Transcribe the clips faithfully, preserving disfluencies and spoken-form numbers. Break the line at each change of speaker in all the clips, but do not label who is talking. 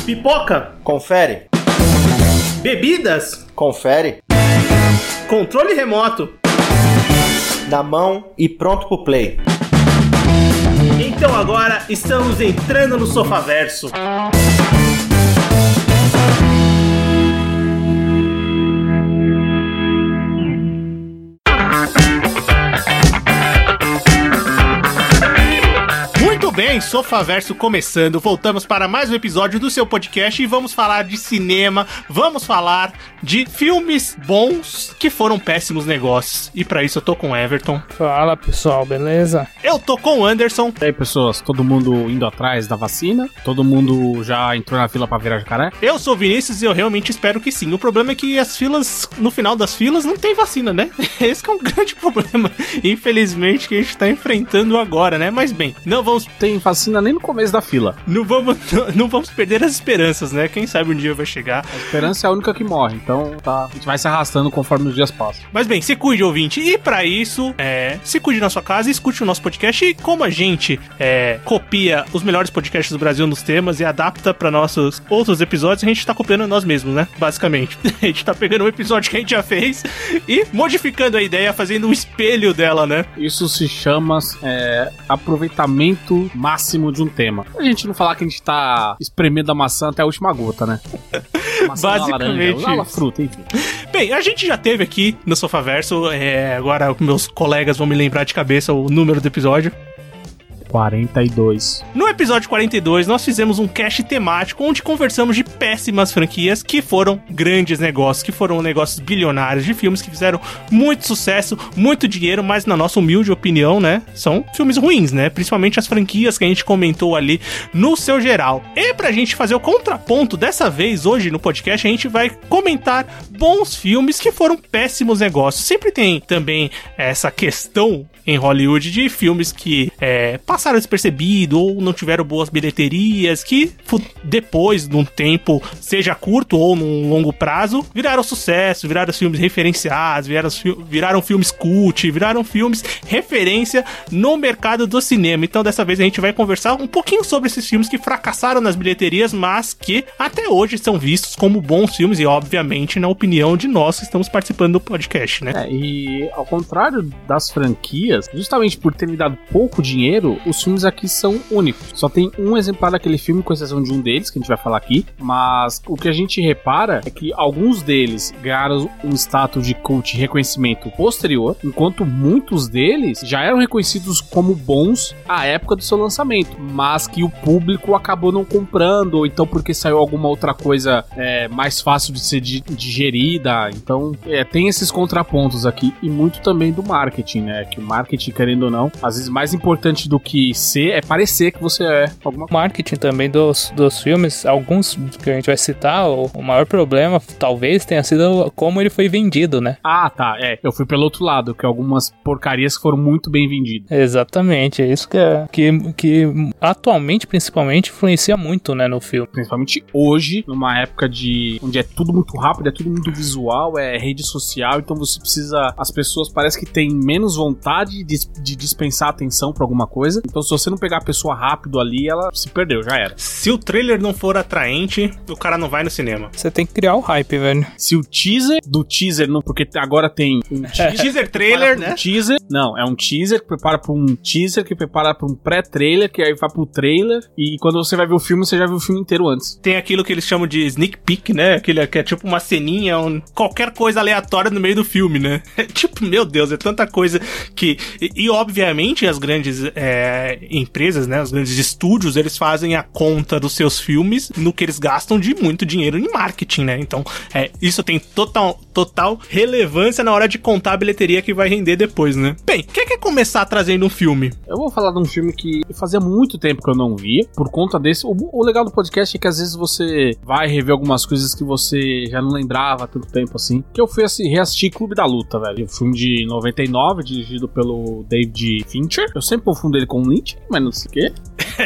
Pipoca.
Confere.
Bebidas.
Confere.
Controle remoto.
Na mão e pronto pro play.
Então agora estamos entrando no Sofaverso. Muito bem, Sofaverso começando. Voltamos para mais um episódio do seu podcast e vamos falar de cinema, vamos falar de filmes bons que foram péssimos negócios. E para isso eu tô com o Everton.
Fala pessoal, beleza?
Eu tô com o Anderson.
E aí pessoas, todo mundo indo atrás da vacina? Todo mundo já entrou na fila pra virar jacaré?
Eu sou o Vinícius e eu realmente espero que sim. O problema é que as filas, no final das filas, não tem vacina, né? Esse que é um grande problema, infelizmente, que a gente tá enfrentando agora, né? Mas bem, não vamos...
Tem vacina nem no começo da fila.
Não vamos, não vamos perder as esperanças, né? Quem sabe um dia vai chegar.
A esperança é a única que morre, então tá, a gente vai se arrastando conforme os dias passam.
Mas bem, se cuide, ouvinte. E pra isso, é, se cuide na sua casa e escute o nosso podcast. E como a gente é, copia os melhores podcasts do Brasil nos temas e adapta pra nossos outros episódios, a gente tá copiando nós mesmos, né? Basicamente. A gente tá pegando um episódio que a gente já fez e modificando a ideia, fazendo um espelho dela, né?
Isso se chama é, aproveitamento máximo de um tema. A gente não falar que a gente tá espremendo a maçã até a última gota, né? Maçã,
basicamente
laranja, a fruta, enfim.
Bem, a gente já teve aqui no Sofaverso, é, agora meus colegas vão me lembrar de cabeça o número do episódio.
quarenta e dois.
No episódio quarenta e dois, nós fizemos um cast temático onde conversamos de péssimas franquias que foram grandes negócios, que foram negócios bilionários, de filmes que fizeram muito sucesso, muito dinheiro, mas na nossa humilde opinião, né, são filmes ruins, né, principalmente as franquias que a gente comentou ali no seu geral. E pra gente fazer o contraponto, dessa vez, hoje no podcast, a gente vai comentar bons filmes que foram péssimos negócios. Sempre tem também essa questão em Hollywood de filmes que é, passaram despercebido ou não tiveram boas bilheterias, que depois de um tempo, seja curto ou num longo prazo, viraram sucesso, viraram filmes referenciados, viraram, viraram filmes cult, viraram filmes referência no mercado do cinema. Então dessa vez a gente vai conversar um pouquinho sobre esses filmes que fracassaram nas bilheterias, mas que até hoje são vistos como bons filmes e obviamente na opinião de nós que estamos participando do podcast, né?
É, e ao contrário das franquias, justamente por terem dado pouco dinheiro, os filmes aqui são únicos. Só tem um exemplar daquele filme, com exceção de um deles, que a gente vai falar aqui, mas o que a gente repara é que alguns deles ganharam um status de cult e reconhecimento posterior, enquanto muitos deles já eram reconhecidos como bons à época do seu lançamento, mas que o público acabou não comprando, ou então porque saiu alguma outra coisa é, mais fácil de ser digerida. Então é, tem esses contrapontos aqui, e muito também do marketing, né? Que o marketing, querendo ou não, às vezes mais importante do que ser é parecer que você é alguma coisa.
Marketing também dos, dos filmes, alguns que a gente vai citar, o, o maior problema talvez tenha sido como ele foi vendido, né?
Ah, tá, é. Eu fui pelo outro lado, que algumas porcarias foram muito bem vendidas.
Exatamente, é isso que, é, que, que atualmente, principalmente, influencia muito, né, no filme.
Principalmente hoje, numa época de onde é tudo muito rápido, é tudo muito visual, é rede social, então você precisa, as pessoas parece que têm menos vontade de, de dispensar atenção pra alguma coisa. Então se você não pegar a pessoa rápido ali, ela se perdeu, já era.
Se o trailer não for atraente, o cara não vai no cinema.
Você tem que criar o hype, velho.
Se o teaser do teaser, não, porque agora tem um teaser,
teaser trailer, né?
Um teaser, não, é um teaser que prepara pra um teaser, que prepara pra um pré-trailer, que aí vai pro trailer, e quando você vai ver o filme, você já viu o filme inteiro antes.
Tem aquilo que eles chamam de sneak peek, né? Aquele que é tipo uma ceninha, um, qualquer coisa aleatória no meio do filme, né? Tipo, meu Deus, é tanta coisa que... E, e obviamente as grandes é, empresas, né? Os grandes estúdios, eles fazem a conta dos seus filmes no que eles gastam de muito dinheiro em marketing, né? Então, é, isso tem total, total relevância na hora de contar a bilheteria que vai render depois, né? Bem, quem quer começar trazendo um filme?
Eu vou falar de um filme que fazia muito tempo que eu não via, por conta desse... O, o legal do podcast é que às vezes você vai rever algumas coisas que você já não lembrava há tanto tempo assim, que eu fui assim, reassistir Clube da Luta, velho. Um filme de noventa e nove, dirigido pelo David Fincher. Eu sempre confundo ele com Lynch, mas não sei o quê.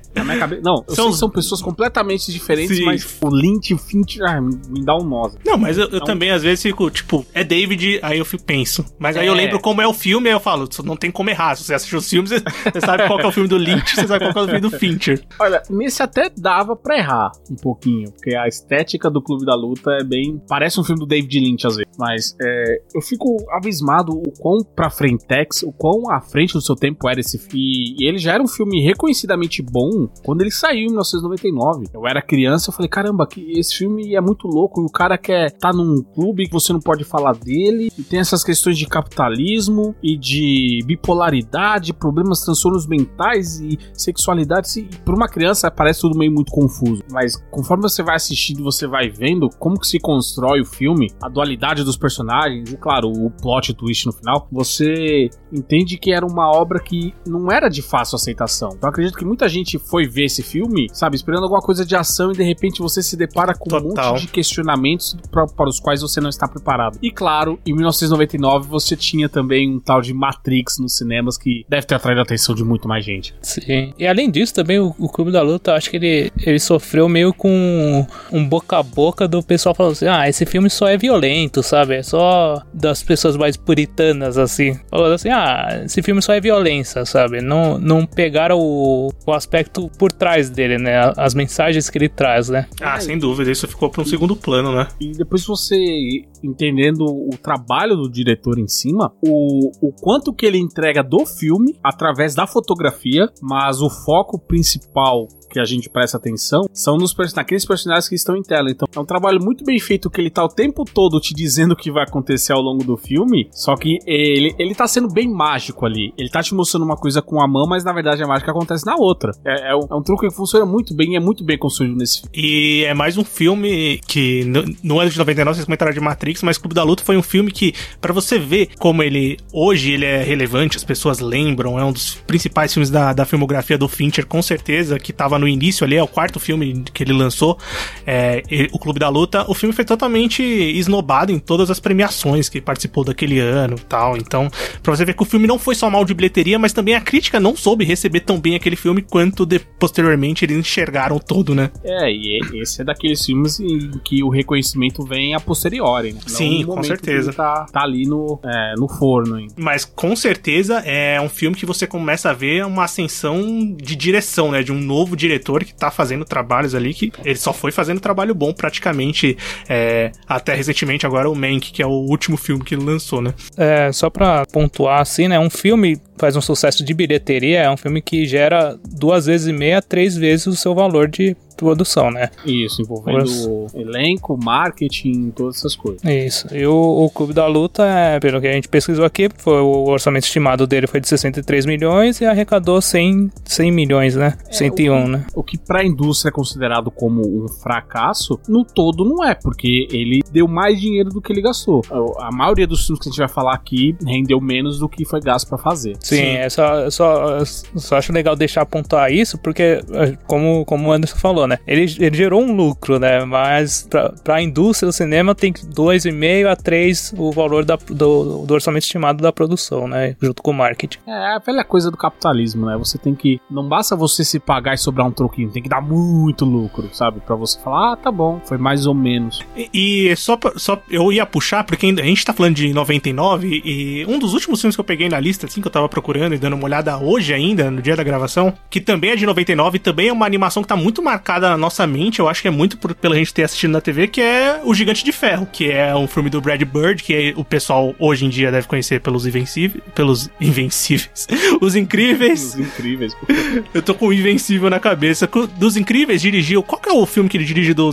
Na minha cabeça, não, eu são, sei que são pessoas completamente diferentes, sim, mas o Lynch e o Fincher ah, me, me dá um nó.
Não, mas eu, eu então, também às vezes fico, tipo, é David, aí eu fico, penso. Mas aí é. eu lembro como é o filme, aí eu falo, não tem como errar. Se você assistiu os filmes, você, você sabe qual que é o filme do Lynch, você sabe qual que é o filme do Fincher.
Olha, nesse até dava pra errar um pouquinho, porque a estética do Clube da Luta é bem... Parece um filme do David Lynch, às vezes. Mas é, eu fico abismado o quão pra frentex, o quão à frente do seu tempo era esse filme. E ele já era um filme reconhecidamente bom quando ele saiu em mil novecentos e noventa e nove. Eu era criança, eu falei, caramba, que esse filme é muito louco. E o cara quer tá num clube que você não pode falar dele. E tem essas questões de capitalismo e de bipolaridade, problemas, transtornos mentais e sexualidade. E pra uma criança parece tudo meio muito confuso. Mas conforme você vai assistindo, você vai vendo como que se constrói o filme, a dualidade dos personagens e, claro, o plot twist no final, você entende que era uma obra que não era de fácil aceitação. Então eu acredito que muita gente foi ver esse filme, sabe, esperando alguma coisa de ação e de repente você se depara com Total. um monte de questionamentos pra, para os quais você não está preparado. E claro, em mil novecentos e noventa e nove você tinha também um tal de Matrix nos cinemas que deve ter atraído a atenção de muito mais gente.
Sim. E além disso também o, o Clube da Luta, eu acho que ele, ele sofreu meio com um boca a boca do pessoal falando assim, ah, esse filme só é violento, sabe, é só das pessoas mais puritanas, assim, falando assim, ah, esse filme só é violência, sabe, não, não pegaram o, o aspecto por trás dele, né, as mensagens que ele traz, né.
Ah, sem dúvida, isso ficou para um segundo plano, né.
E depois você, entendendo o trabalho do diretor em cima, o, o quanto que ele entrega do filme, através da fotografia, mas o foco principal que a gente presta atenção são nos person- naqueles personagens que estão em tela. Então é um trabalho muito bem feito, que ele tá o tempo todo te dizendo o que vai acontecer ao longo do filme, só que ele, ele tá sendo bem mágico ali. Ele tá te mostrando uma coisa com a mão, mas na verdade a mágica acontece na outra. É, é, um, é um truque que funciona muito bem e é muito bem construído nesse filme.
E é mais um filme que no, no ano de noventa e nove vocês comentaram de Matrix, mas Clube da Luta foi um filme que, pra você ver como ele hoje ele é relevante, as pessoas lembram, é um dos principais filmes da, da filmografia do Fincher, com certeza, que tava no início ali, é o quarto filme que ele lançou, é, o Clube da Luta. O filme foi totalmente esnobado em todas as premiações que participou daquele ano e tal. Então, pra você ver que o filme não foi só mal de bilheteria, mas também a crítica não soube receber tão bem aquele filme quanto de, posteriormente eles enxergaram todo, né?
É, e esse é daqueles filmes em que o reconhecimento vem a posteriori, né? Não
Sim, com certeza.
Tá, tá ali no, é, no forno ainda.
Mas com certeza é um filme que você começa a ver uma ascensão de direção, né? De um novo diretor que tá fazendo trabalhos ali, que ele só foi fazendo trabalho bom praticamente, é, até recentemente agora o Mank, que é o último filme que ele lançou, né?
É, só pra pontuar assim, né, um filme faz um sucesso de bilheteria, é um filme que gera duas vezes e meia, três vezes o seu valor de produção, né?
Isso, envolvendo Os... elenco, marketing, todas essas coisas.
Isso. E o, o Clube da Luta, é, pelo que a gente pesquisou aqui, foi, o orçamento estimado dele foi de sessenta e três milhões e arrecadou cem, cem milhões, né? É, cento e um,
o,
né?
O que pra indústria é considerado como um fracasso, no todo não é, porque ele deu mais dinheiro do que ele gastou. A maioria dos filmes que a gente vai falar aqui rendeu menos do que foi gasto pra fazer.
Sim, Sim. É só, só, só acho legal deixar pontuar isso, porque, como, como o Anderson falou, né? Ele, ele gerou um lucro, né? Mas pra, pra indústria do cinema tem dois vírgula cinco a três o valor da, do, do orçamento estimado da produção, né? Junto com o marketing.
É a velha coisa do capitalismo, né? Você tem que... Não basta você se pagar e sobrar um troquinho, tem que dar muito lucro, sabe? Pra você falar, ah, tá bom, foi mais ou menos.
E, e só, só eu ia puxar, porque a gente tá falando de noventa e nove, e um dos últimos filmes que eu peguei na lista, assim, que eu tava procurando e dando uma olhada hoje ainda, no dia da gravação, que também é de noventa e nove, também é uma animação que tá muito marcada na nossa mente, eu acho que é muito por, pela gente ter assistido na T V, que é O Gigante de Ferro, que é um filme do Brad Bird, que é, o pessoal hoje em dia deve conhecer pelos Invencíveis, pelos Invencíveis, Os Incríveis.
Os Incríveis.
Eu tô com o Invencível na cabeça. Dos Incríveis dirigiu, qual que é o filme que ele dirige do,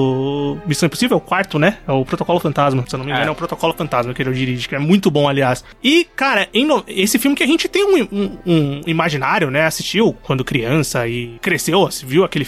do Missão Impossível? O quarto, né? É o Protocolo Fantasma, se eu não me engano, é, é o Protocolo Fantasma que ele dirige, que é muito bom, aliás. E, cara, em no... esse filme que a gente tem um, um, um imaginário, né? Assistiu quando criança e cresceu, viu aquele filme, achava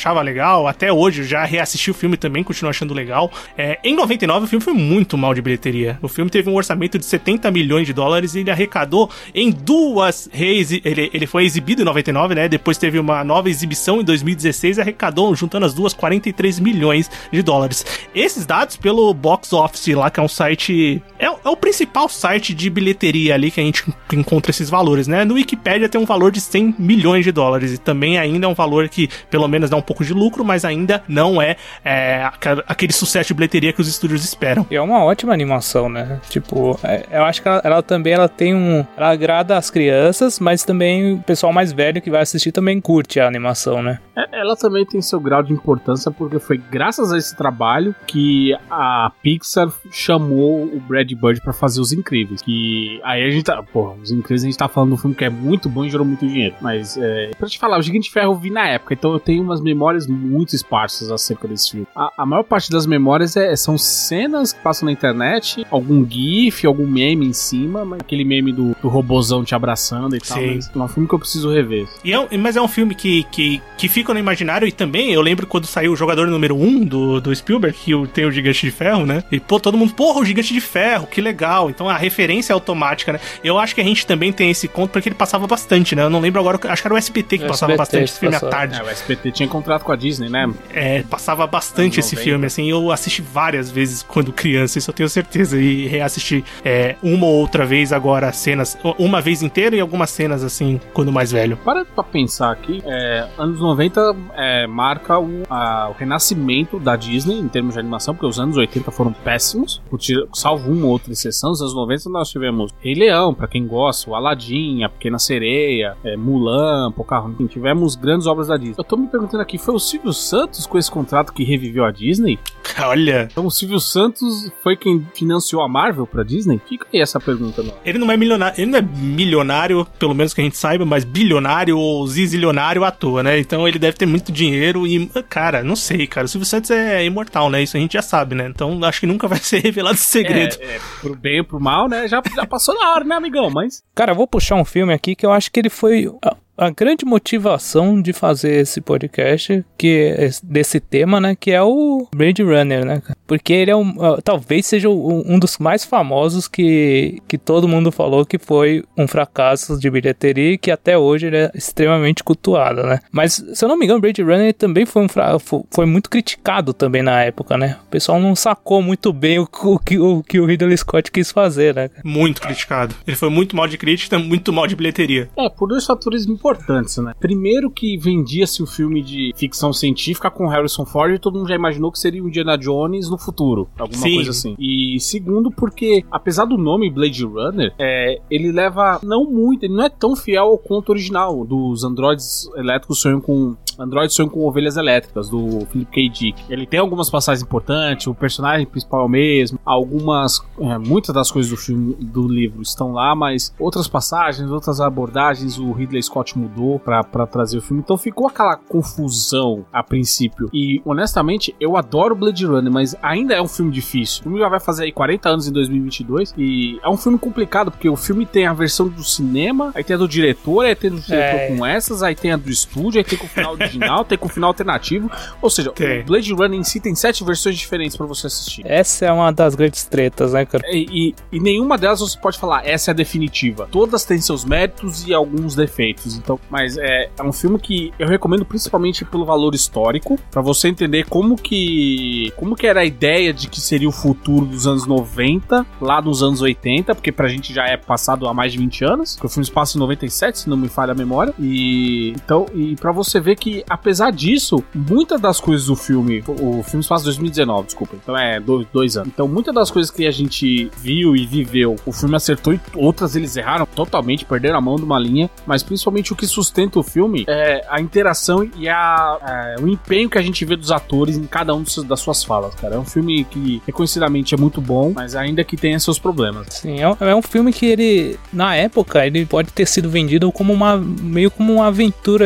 achava legal, até hoje eu já reassisti o filme também, continuo achando legal. É, em noventa e nove o filme foi muito mal de bilheteria. O filme teve um orçamento de setenta milhões de dólares e ele arrecadou em duas reis. Ele, ele foi exibido em noventa e nove, né? Depois teve uma nova exibição em dois mil e dezesseis e arrecadou, juntando as duas, quarenta e três milhões de dólares. Esses dados pelo Box Office lá, que é um site... É, é o principal site de bilheteria ali que a gente encontra esses valores, né? No Wikipedia tem um valor de cem milhões de dólares e também ainda é um valor que pelo menos dá um pouco de lucro, mas ainda não é, é aquele sucesso de bilheteria que os estúdios esperam.
E é uma ótima animação, né? Tipo, é, eu acho que ela, ela também ela tem um... Ela agrada as crianças, mas também o pessoal mais velho que vai assistir também curte a animação, né?
É, ela também tem seu grau de importância porque foi graças a esse trabalho que a Pixar chamou o Brad Bird pra fazer Os Incríveis. Que aí a gente tá... Pô, Os Incríveis a gente tá falando de um filme que é muito bom e gerou muito dinheiro. Mas, é... pra te falar, o Gigante de Ferro eu vi na época, então eu tenho umas memórias muito esparsas acerca desse filme. A, a maior parte das memórias é, são cenas que passam na internet, algum gif, algum meme em cima, mas aquele meme do, do robozão te abraçando e tal. Mas é um filme que eu preciso rever.
E é um, mas é um filme que, que, que fica no imaginário e também, eu lembro quando saiu o Jogador Número um do, do Spielberg, que tem o Gigante de Ferro, né? E pô, todo mundo, porra, o Gigante de Ferro, que legal. Então a referência é automática, né? Eu acho que a gente também tem esse conto porque ele passava bastante, né? Eu não lembro agora, acho que era o S B T que o passava S B T bastante esse filme passou. À tarde.
É, o S B T tinha contrato com a Disney, né?
É, passava bastante esse filme, assim, eu assisti várias vezes quando criança, isso eu tenho certeza, e reassisti é, uma ou outra vez agora cenas, uma vez inteira e algumas cenas, assim, quando mais velho.
Para pra pensar aqui, é, anos noventa é, marca o, a, o renascimento da Disney em termos de animação, porque os anos oitenta foram péssimos, salvo uma ou outra exceção. Nos anos noventa nós tivemos Rei Leão, pra quem gosta, o Aladdin, a Pequena Sereia, é, Mulan, Pocahontas, tivemos grandes obras da Disney. Eu tô me perguntando aqui, foi o Silvio Santos com esse contrato que reviveu a Disney?
Olha!
Então o Silvio Santos foi quem financiou a Marvel pra Disney? Fica aí essa pergunta, não.
Ele não é milionário, ele não é milionário, pelo menos que a gente saiba, mas bilionário ou zizilionário à toa, né? Então ele deve ter muito dinheiro e, cara, não sei, cara. O Silvio Santos é imortal, né? Isso a gente já sabe, né? Então acho que nunca vai ser revelado esse segredo.
É, é pro bem ou pro mal, né? Já, já passou na hora, né, amigão? Mas...
Cara, eu vou puxar um filme aqui que eu acho que ele foi... a grande motivação de fazer esse podcast, que é desse tema, né, que é o Blade Runner, né, porque ele é um, uh, talvez seja um, um dos mais famosos que, que todo mundo falou que foi um fracasso de bilheteria e que até hoje ele é extremamente cultuado, né, mas se eu não me engano, Blade Runner também foi, um fra- foi muito criticado também na época, né, o pessoal não sacou muito bem o, o, que, o que o Ridley Scott quis fazer, né.
Muito criticado, ele foi muito mal de crítica, muito mal de bilheteria.
É, por dois fatores importantes, né? Primeiro que vendia-se o filme de ficção científica com Harrison Ford e todo mundo já imaginou que seria o Indiana Jones no futuro, alguma Sim. coisa assim. E segundo porque, apesar do nome Blade Runner, é, ele leva não muito, ele não é tão fiel ao conto original dos androides elétricos sonham com Android Sonham com Ovelhas Elétricas, do Philip K. Dick. Ele tem algumas passagens importantes, o personagem principal é o mesmo, algumas, é, muitas das coisas do filme, do livro estão lá, mas outras passagens, outras abordagens, o Ridley Scott mudou pra, pra trazer o filme, então ficou aquela confusão a princípio. E, honestamente, eu adoro Blade Runner, mas ainda é um filme difícil. O filme já vai fazer aí quarenta anos em dois mil e vinte e dois, e é um filme complicado, porque o filme tem a versão do cinema, aí tem a do diretor, aí tem a do diretor é. com essas, aí tem a do estúdio, aí tem com o final original, tem com o final alternativo, ou seja, tem. O Blade Runner em si tem sete versões diferentes pra você assistir.
Essa é uma das grandes tretas, né, cara?
E, e, e nenhuma delas você pode falar, essa é a definitiva. Todas têm seus méritos e alguns defeitos, então, mas é, é um filme que eu recomendo principalmente pelo valor histórico, pra você entender como que como que era a ideia de que seria o futuro dos anos noventa, lá nos anos oitenta, porque pra gente já é passado há mais de vinte anos, que o filme se passa em noventa e sete, se não me falha a memória, e então, e pra você ver que apesar disso, muitas das coisas do filme, o filme se passa em dois mil e dezenove, desculpa, então é dois, dois anos, então muitas das coisas que a gente viu e viveu, o filme acertou e outras eles erraram totalmente, perderam a mão de uma linha, mas principalmente o que sustenta o filme é a interação e a, é, o empenho que a gente vê dos atores em cada um das suas falas, cara. É um filme que reconhecidamente é muito bom, mas ainda que tenha seus problemas.
Sim, é um, é um filme que ele, na época, ele pode ter sido vendido como uma, meio como uma aventura de ficção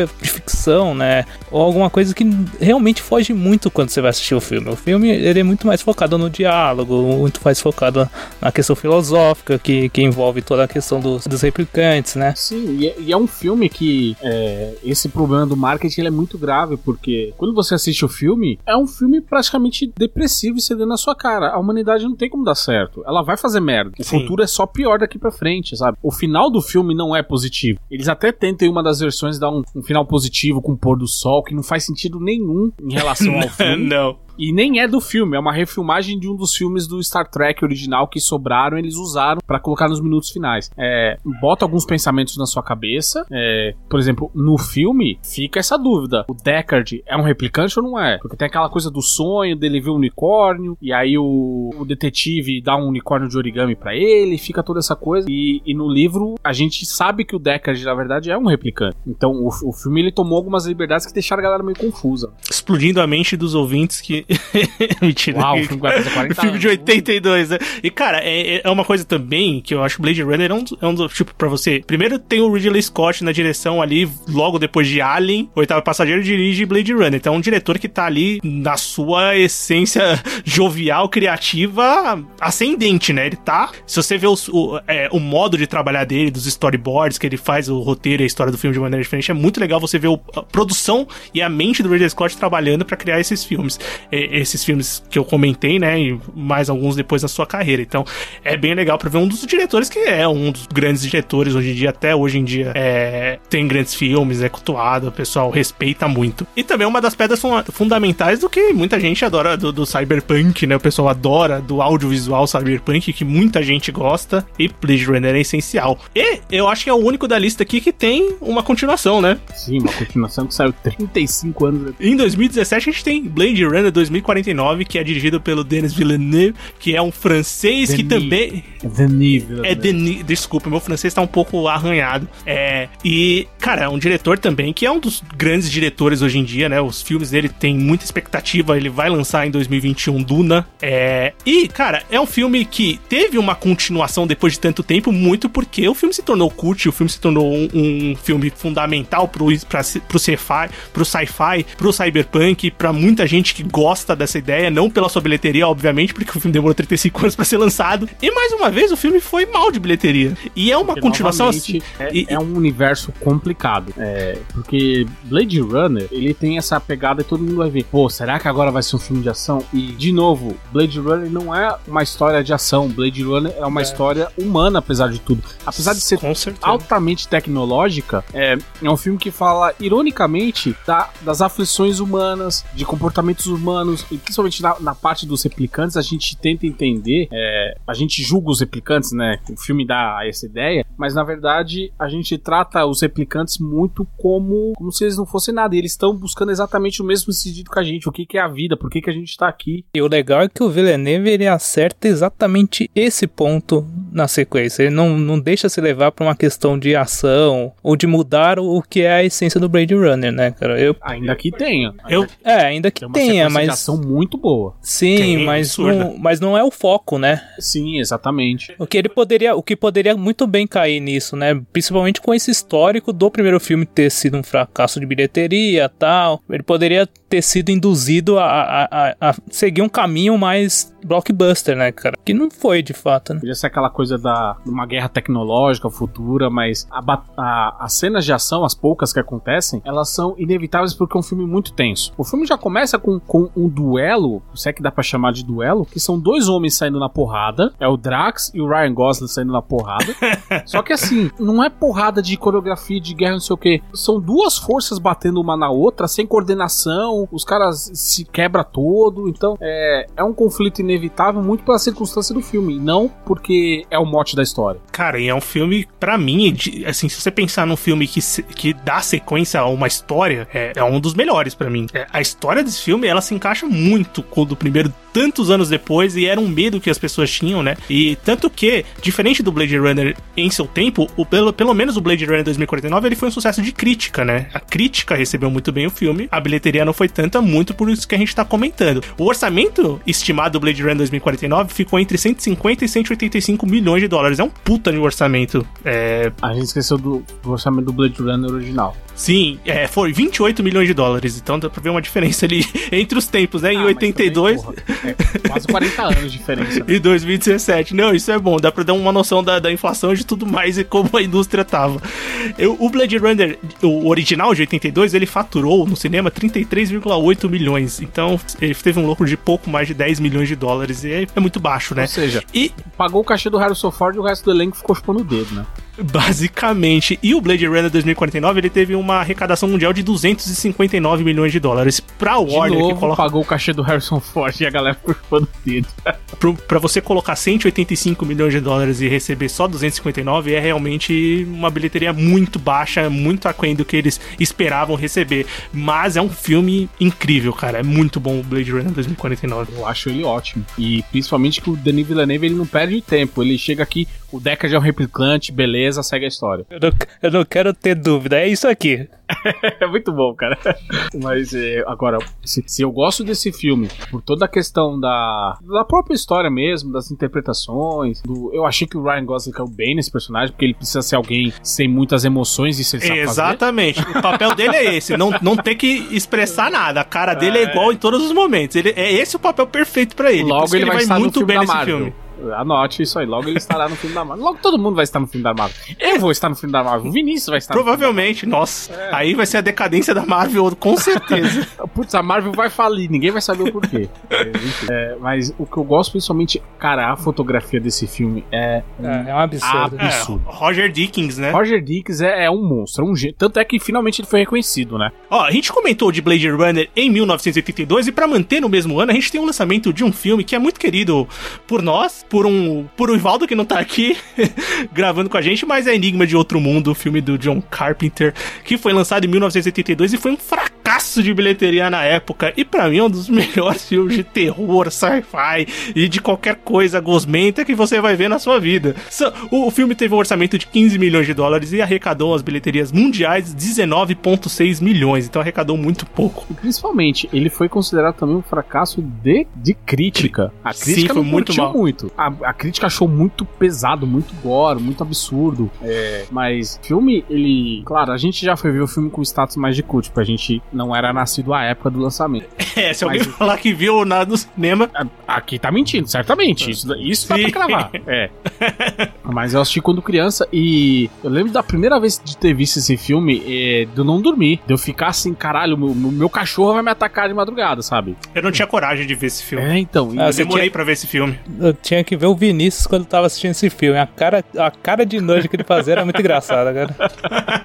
ficção, né? Ou alguma coisa que realmente foge muito quando você vai assistir o filme. O filme, ele é muito mais focado no diálogo, muito mais focado na questão filosófica, que, que envolve toda a questão dos, dos replicantes, né?
Sim, e é, e é um filme que é, esse problema do marketing ele é muito grave, porque quando você assiste o filme, é um filme praticamente depressivo e cedendo na sua cara. A humanidade não tem como dar certo. Ela vai fazer merda. O
Sim.
futuro é só pior daqui pra frente, sabe? O final do filme não é positivo. Eles até tentam em uma das versões dar um, um final positivo com o pôr do sol, que não faz sentido nenhum em relação ao filme.
Não.
E nem é do filme, é uma refilmagem de um dos filmes do Star Trek original que sobraram, eles usaram pra colocar nos minutos finais. É, bota alguns pensamentos na sua cabeça. É, por exemplo, no filme, fica essa dúvida. O Deckard é um replicante ou não é? Porque tem aquela coisa do sonho, dele ver um unicórnio, e aí o, o detetive dá um unicórnio de origami pra ele, fica toda essa coisa. E, e no livro, a gente sabe que o Deckard, na verdade, é um replicante. Então, o, o filme, ele tomou algumas liberdades que deixaram a galera meio confusa.
Explodindo a mente dos ouvintes que... Mentira.
Uau, o filme vai fazer quarenta
filme de oitenta e dois, né? E, cara, é, é uma coisa também que eu acho que Blade Runner é um, é um do, tipo, pra você... Primeiro tem o Ridley Scott na direção ali, logo depois de Alien, Oitavo Passageiro dirige Blade Runner. Então é um diretor que tá ali na sua essência jovial, criativa, ascendente, né? Ele tá... Se você vê os, o, é, o modo de trabalhar dele, dos storyboards, que ele faz o roteiro e a história do filme de maneira diferente, é muito legal você ver o, a produção e a mente do Ridley Scott trabalhando pra criar esses filmes. É, esses filmes que eu comentei, né, e mais alguns depois na sua carreira. Então, é bem legal pra ver um dos diretores que é um dos grandes diretores hoje em dia, até hoje em dia, é, tem grandes filmes, é cultuado, o pessoal respeita muito. E também uma das pedras fundamentais do que muita gente adora do, do cyberpunk, né, o pessoal adora do audiovisual cyberpunk, que muita gente gosta, e Blade Runner é essencial. E eu acho que é o único da lista aqui que tem uma continuação, né?
Sim, uma continuação que saiu trinta e cinco anos depois.
Em dois mil e dezessete a gente tem Blade Runner dois mil e quarenta e nove, que é dirigido pelo Denis Villeneuve, que é um francês Denis. que também...
Denis
É Denis, desculpa, meu francês tá um pouco arranhado. É, e, cara, é um diretor também que é um dos grandes diretores hoje em dia, né? Os filmes dele tem muita expectativa, ele vai lançar em dois mil e vinte e um Duna. É, e, cara, é um filme que teve uma continuação depois de tanto tempo, muito porque o filme se tornou cult, o filme se tornou um, um filme fundamental pro, pra, pro sci-fi, pro sci-fi, pro cyberpunk, pra muita gente que gosta dessa ideia, não pela sua bilheteria, obviamente, porque o filme demorou trinta e cinco anos pra ser lançado. E mais uma vez, o filme foi mal de bilheteria. E é uma porque, continuação assim.
É,
e,
é um universo complicado. É, porque Blade Runner, ele tem essa pegada e todo mundo vai ver. Pô, será que agora vai ser um filme de ação? E, de novo, Blade Runner não é uma história de ação. Blade Runner é uma é. história humana, apesar de tudo. Apesar de ser altamente tecnológica, é, é um filme que fala, ironicamente, da, das aflições humanas, de comportamentos humanos, e principalmente na, na parte dos replicantes, a gente tenta entender, é, a gente julga os replicantes, né? O filme dá essa ideia, mas na verdade a gente trata os replicantes muito como, como se eles não fossem nada, e eles estão buscando exatamente o mesmo sentido que a gente, o que, que é a vida, por que, que a gente tá aqui.
E o legal é que o Villeneuve, ele acerta exatamente esse ponto na sequência, ele não, não deixa se levar pra uma questão de ação, ou de mudar o, o que é a essência do Blade Runner, né, cara? Eu,
ainda que tenha.
Eu, é, ainda que
tem uma
tenha, mas...
de ação muito boa.
Sim,
Tem,
mas, não, mas não é o foco, né?
Sim, exatamente.
O que ele poderia, o que poderia muito bem cair nisso, né? Principalmente com esse histórico do primeiro filme ter sido um fracasso de bilheteria e tal. Ele poderia ter sido induzido a, a, a, a seguir um caminho mais blockbuster, né, cara? Que não foi, de fato, né?
Podia ser aquela coisa da uma guerra tecnológica futura, mas a, a, as cenas de ação, as poucas que acontecem, elas são inevitáveis porque é um filme muito tenso. O filme já começa com, com um duelo, se é que dá pra chamar de duelo, que são dois homens saindo na porrada, é o Drax e o Ryan Gosling saindo na porrada. Só que assim, não é porrada de coreografia de guerra, não sei o que. São duas forças batendo uma na outra, sem coordenação, os caras se quebram todo, então é, é um conflito inevitável muito pela circunstância do filme, não porque é o mote da história.
Cara, e é um filme, pra mim, de, assim, se você pensar num filme que, se, que dá sequência a uma história, é, é um dos melhores pra mim. É, a história desse filme, ela se encaixa muito com o do primeiro, tantos anos depois, e era um medo que as pessoas tinham, né? E tanto que, diferente do Blade Runner em seu tempo, o, pelo, pelo menos o Blade Runner dois mil e quarenta e nove, ele foi um sucesso de crítica, né? A crítica recebeu muito bem o filme, a bilheteria não foi tanta, muito por isso que a gente tá comentando. O orçamento estimado do Blade Runner dois mil e quarenta e nove ficou entre cento e cinquenta e cento e oitenta e cinco milhões de dólares. É um puta de orçamento. É...
A gente esqueceu do, do orçamento do Blade Runner original.
Sim, é, foi vinte e oito milhões de dólares. Então dá pra ver uma diferença ali entre os tempos, né? Em ah, oitenta e dois...
Também, porra, é quase quarenta anos de diferença. Né?
E dois mil e dezessete. Não, isso é bom. Dá pra dar uma noção da, da inflação de tudo mais e como a indústria tava. Eu, o Blade Runner, o original de oitenta e dois, ele faturou no cinema trinta e três vírgula oito milhões. Então ele teve um lucro de pouco mais de dez milhões de dólares. E é, é muito baixo, né?
Ou seja, e pagou o cachê do Harrison Ford e o resto do elenco ficou chupando o dedo, né?
Basicamente. E o Blade Runner dois mil e quarenta e nove, ele teve uma arrecadação mundial de duzentos e cinquenta e nove milhões de dólares. Pra Warner,
de novo,
que coloca...
pagou o cachê do Harrison Ford e a galera ficou chupando o dedo.
Pro, pra você colocar cento e oitenta e cinco milhões de dólares e receber só duzentos e cinquenta e nove é realmente uma bilheteria muito baixa, muito aquém do que eles esperavam receber. Mas é um filme incrível, cara. É muito bom o Blade Runner dois mil e quarenta e nove.
Eu acho ele ótimo. E principalmente que o Denis Villeneuve, ele não perde tempo. Ele chega aqui, o Deckard é um replicante, beleza, segue a história.
Eu não, eu não quero ter dúvida, é isso aqui.
É muito bom, cara. Mas é, agora, se, se eu gosto desse filme por toda a questão da, da própria história mesmo, das interpretações, do, eu achei que o Ryan Gosling caiu bem nesse personagem, porque ele precisa ser alguém sem muitas emoções e sem saber fazer.
Exatamente. O papel dele é esse, não, não ter que expressar nada. A cara dele é, é igual em todos os momentos. Ele, é esse o papel perfeito pra ele.
Logo ele, ele vai, vai estar muito
no filme
bem
nesse
Marvel.
filme.
Anote isso aí, logo ele estará no filme da Marvel. Logo todo mundo vai estar no filme da Marvel. Eu vou estar no filme da Marvel, o Vinícius vai estar
provavelmente,
no filme da Marvel.
Nossa, é. Aí vai ser a decadência da Marvel, com certeza.
Putz, a Marvel vai falir, ninguém vai saber o porquê. É, mas o que eu gosto principalmente, cara, a fotografia desse filme é
É, é um absurdo.
absurdo. É, Roger Deakins, né?
Roger Deakins é, é um monstro, é um gênio. Tanto é que finalmente ele foi reconhecido, né?
Ó, a gente comentou de Blade Runner em mil novecentos e oitenta e dois e pra manter no mesmo ano, a gente tem o lançamento de um filme que é muito querido por nós, por um... Por o Ivaldo, que não tá aqui gravando com a gente, mas é Enigma de Outro Mundo, o filme do John Carpenter, que foi lançado em mil novecentos e oitenta e dois e foi um fracasso de bilheteria na época, e pra mim é um dos melhores filmes de terror, sci-fi e de qualquer coisa gosmenta que você vai ver na sua vida. O filme teve um orçamento de quinze milhões de dólares e arrecadou as bilheterias mundiais dezenove vírgula seis milhões, então arrecadou muito pouco.
E principalmente, ele foi considerado também um fracasso de, de crítica. A crítica
Sim, foi
não
muito mal.
muito. A, a crítica achou muito pesado, muito gore, muito absurdo. É, mas o filme, ele... Claro, a gente já foi ver o filme com status mais de cult, porque a gente não era nascido à época do lançamento.
É, se alguém mas, falar que viu nada no cinema...
Aqui tá mentindo, certamente. Isso, isso dá pra cravar. É. Mas eu assisti quando criança e eu lembro da primeira vez de ter visto esse filme, é, de eu não dormir. De eu ficar assim, caralho, meu, meu cachorro vai me atacar de madrugada, sabe?
Eu não tinha coragem de ver esse filme.
É, então.
Eu demorei tinha... pra ver esse filme.
Eu tinha que ver o Vinícius quando tava assistindo esse filme. A cara, a cara de nojo que ele fazia era muito engraçada, cara.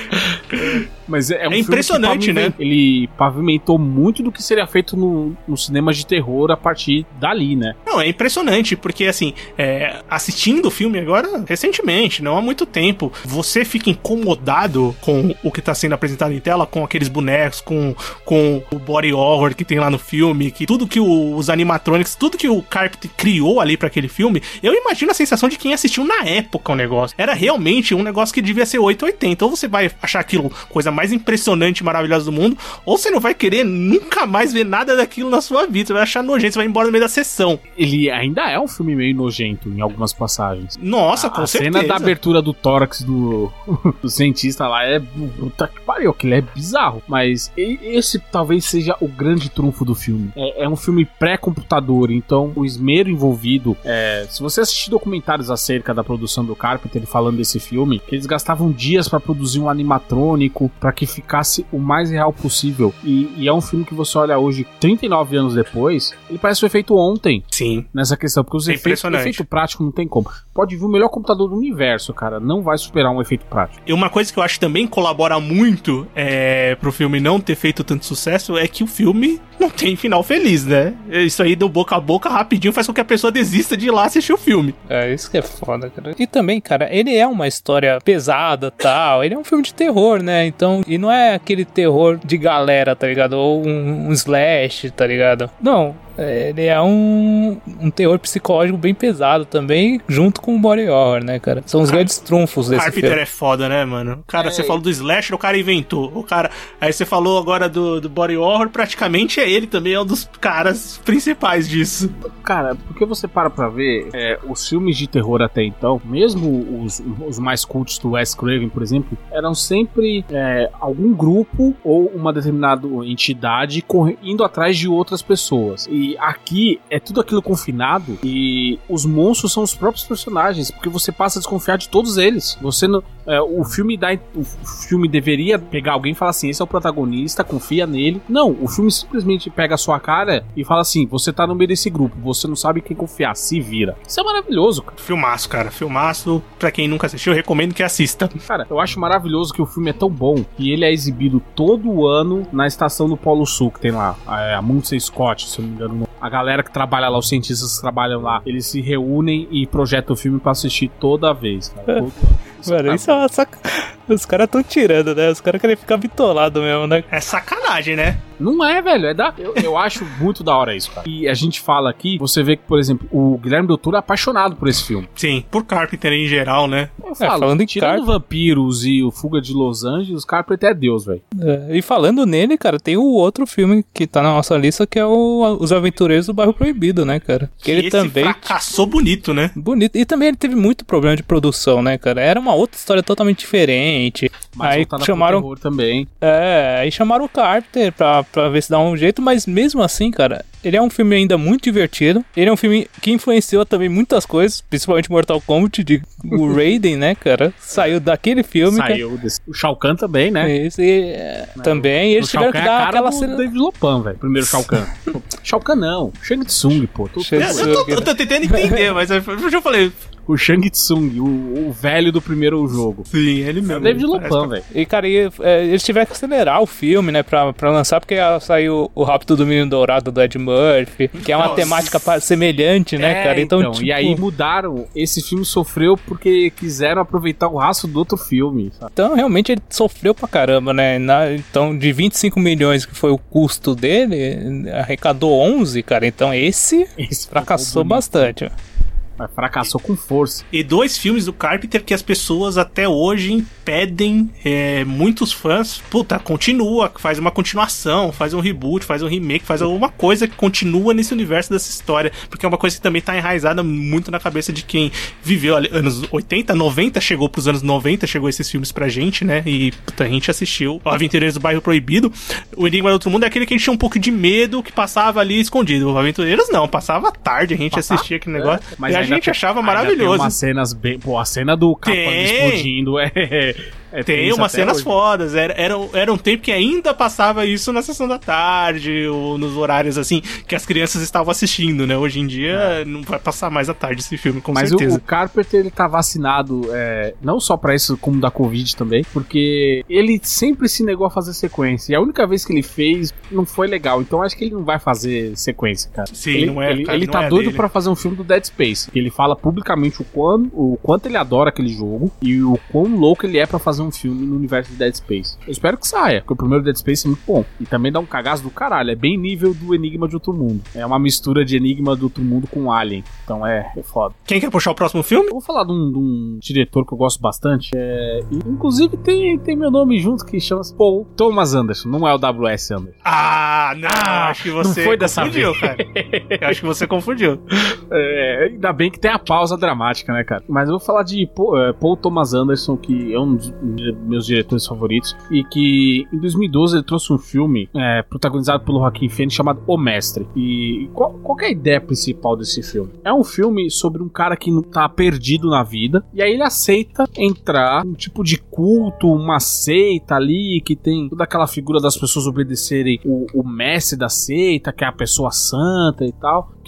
Mas é, é, um
é impressionante, né?
Ele pavimentou muito do que seria feito no, no cinema de terror a partir dali, né?
Não, é impressionante, porque assim, é, assistindo o filme agora, recentemente, não há muito tempo, você fica incomodado com o que tá sendo apresentado em tela, com aqueles bonecos, com, com o body horror que tem lá no filme, que tudo que o, os animatronics, tudo que o Carpenter criou ali pra aquele filme, eu imagino a sensação de quem assistiu na época o negócio. Era realmente um negócio que devia ser oito ou oitenta. Ou você vai achar aquilo coisa mais impressionante e maravilhosa do mundo, ou você não vai querer nunca mais ver nada daquilo na sua vida. Você vai achar nojento, você vai embora no meio da sessão.
Ele ainda é um filme meio nojento em algumas passagens.
Nossa, a, com
a
certeza.
A cena da abertura do tórax do, do cientista lá é... Puta que pariu, aquilo é bizarro. Mas esse talvez seja o grande trunfo do filme. É, é um filme pré-computador, então o esmero envolvido... É, se você assistir documentários acerca da produção do Carpenter falando desse filme, eles gastavam dias pra produzir um animatrônico, pra que ficasse o mais real possível. E, e é um filme que você olha hoje, trinta e nove anos depois, ele parece que foi feito ontem.
Sim.
Nessa questão, porque os
é
efeitos, efeito prático não tem como. Pode vir o melhor computador do universo, cara, não vai superar um efeito prático.
E uma coisa que eu acho que também colabora muito é, pro filme não ter feito tanto sucesso é que o filme não tem final feliz, né? Isso aí do boca a boca rapidinho faz com que a pessoa desista de ir lá assistir o filme.
É, isso que é foda, cara. E também, cara, ele é uma história pesada, tal, ele é um filme de terror, né? Então, e não é aquele terror de galera, tá ligado? Ou um, um slash, tá ligado? Não. ele é um, um terror psicológico bem pesado também, junto com o body horror, né, cara? São os grandes trunfos desse
Carpenter
filme.
é foda, né, mano? Cara,
É.
você falou do slasher, o cara inventou. O cara, aí você falou agora do, do body horror, praticamente é ele também, é um dos caras principais disso.
Cara, porque você para pra ver, é, os filmes de terror até então, mesmo os, os mais cultos do Wes Craven, por exemplo, eram sempre é, algum grupo ou uma determinada entidade corre, indo atrás de outras pessoas. E aqui é tudo aquilo confinado e os monstros são os próprios personagens, porque você passa a desconfiar de todos eles. Você não, é, o filme dá, o filme deveria pegar alguém e falar assim, esse é o protagonista, confia nele. Não, o filme simplesmente pega a sua cara e fala assim, você tá no meio desse grupo, você não sabe quem confiar, se vira. Isso é maravilhoso, cara.
Filmaço, cara, filmaço. Pra quem nunca assistiu, eu recomendo que assista.
Cara, eu acho maravilhoso que o filme é tão bom que ele é exibido todo ano na estação do Polo Sul, que tem lá, a, a Muncie Scott, se eu não me engano. A galera que trabalha lá, os cientistas que trabalham lá, eles se reúnem e projetam o filme pra assistir toda vez, cara. Todo ano.
Mano, isso é uma sac... Os caras tão tirando, né? Os caras querem ficar bitolados mesmo, né?
É sacanagem, né?
Não é, velho. É da... eu, eu acho muito da hora isso, cara. E a gente fala aqui, você vê que, por exemplo, o Guilherme Del Toro é apaixonado por esse filme.
Sim, por Carpenter em geral, né?
Eu falo,
falando em
tirando
Carp-
Vampiros e o Fuga de Los Angeles, Carpenter é Deus, velho.
É, e falando nele, cara, tem o outro filme que tá na nossa lista, que é o Os Aventureiros do Bairro Proibido, né, cara? Que,
Que
ele
esse
também...
fracassou bonito, né?
Bonito. E também ele teve muito problema de produção, né, cara? Era uma outra história totalmente diferente.
Mas
Aí
voltada pro
chamaram...
terror também.
É, aí chamaram o Carpenter pra, pra ver se dá um jeito, mas mesmo assim, cara, ele é um filme ainda muito divertido. Ele é um filme que influenciou também muitas coisas, principalmente Mortal Kombat, de o Raiden, né, cara? Saiu daquele filme.
Saiu desse... O Shao Kahn também, né?
Isso, e, é, também. E eles
o Shao
tiveram
Kahn
que
é a
dar
cara
aquela
do
cena.
David Lopan, velho. Primeiro Shao Kahn. Shao Kahn não. Shang Tsung, pô. Tô-
Shang
Eu,
Tsung.
eu tô, eu tô tentando entender, mas eu, eu já falei.
O Shang Tsung, o, o velho do primeiro jogo.
Sim, ele
É
mesmo.
o David
Parece
Lopan,
que-
velho.
E, cara, e, é, eles tiveram que acelerar o filme, né, pra, pra lançar, porque saiu o Rápido do Menino Dourado do Ed Murphy, que é uma
Nossa.
temática pa- semelhante, né,
É,
cara? Então, tipo,
e aí mudaram. Esse filme sofreu porque quiseram aproveitar o rastro do outro filme, sabe?
então realmente ele sofreu pra caramba, né? Na- então, de vinte e cinco milhões que foi o custo dele, arrecadou onze, cara. Então, esse
Esse
fracassou
ficou bonito.
bastante.
Mas fracassou com força.
E dois filmes do Carpenter que as pessoas até hoje pedem, é, muitos fãs, puta, continua, faz uma continuação, faz um reboot, faz um remake, faz alguma coisa que continua nesse universo dessa história, porque é uma coisa que também tá enraizada muito na cabeça de quem viveu ali, anos oitenta, noventa, chegou pros anos noventa, chegou esses filmes pra gente, né, e puta, a gente assistiu o Aventureiros do Bairro Proibido. O Enigma do Outro Mundo é aquele que a gente tinha um pouco de medo, que passava ali escondido. O Aventureiros não, passava à tarde, a gente
Passava?
assistia aquele negócio,
Mas
e a
ainda
gente
tem-
achava
ainda
maravilhoso.
Tem umas cenas bem. Pô, a cena do capa
Tem.
explodindo é. é
Tem
tenso
umas
até
cenas
hoje.
fodas. Era, era, era um tempo que ainda passava isso na sessão da tarde, ou nos horários assim, que as crianças estavam assistindo, né? Hoje em dia não vai passar mais à tarde esse filme, com
Mas o,
certeza.
o Carpenter, ele tá vacinado, é, não só pra isso, como da Covid também, porque ele sempre se negou a fazer sequência. E a única vez que ele fez, não foi legal. Então acho que ele não vai fazer sequência, cara.
Sim,
ele,
não é,
Ele,
cara,
ele
não
tá
é
doido
dele.
pra fazer um filme do Dead Space. Ele fala publicamente o, quão, o quanto ele adora aquele jogo e o quão louco ele é pra fazer um filme no universo de Dead Space. Eu espero que saia, porque o primeiro Dead Space é muito bom. E também dá um cagaço do caralho. É bem nível do Enigma de Outro Mundo. É uma mistura de Enigma do Outro Mundo com Alien. Então é, é foda.
Quem quer puxar o próximo filme?
Eu vou falar de um, de um diretor que eu gosto bastante. É, e, inclusive tem, tem meu nome junto que chama-se Paul Thomas Anderson. Não é o W S Anderson.
Ah, não,
Ah,
acho que você
não foi dessa
confundiu,
vez.
cara. Eu acho que você confundiu.
É, ainda bem que tem a pausa dramática, né, cara? Mas eu vou falar de Paul, é, Paul Thomas Anderson, que é um dos meus diretores favoritos. E que em dois mil e doze ele trouxe um filme é, protagonizado pelo Joaquin Phoenix chamado O Mestre. E qual, qual que é a ideia principal desse filme? É um filme sobre um cara que não tá perdido na vida. E aí ele aceita entrar num tipo de culto, uma seita ali, que tem toda aquela figura das pessoas obedecerem o, o mestre da seita, que é a pessoa santa e tal. Que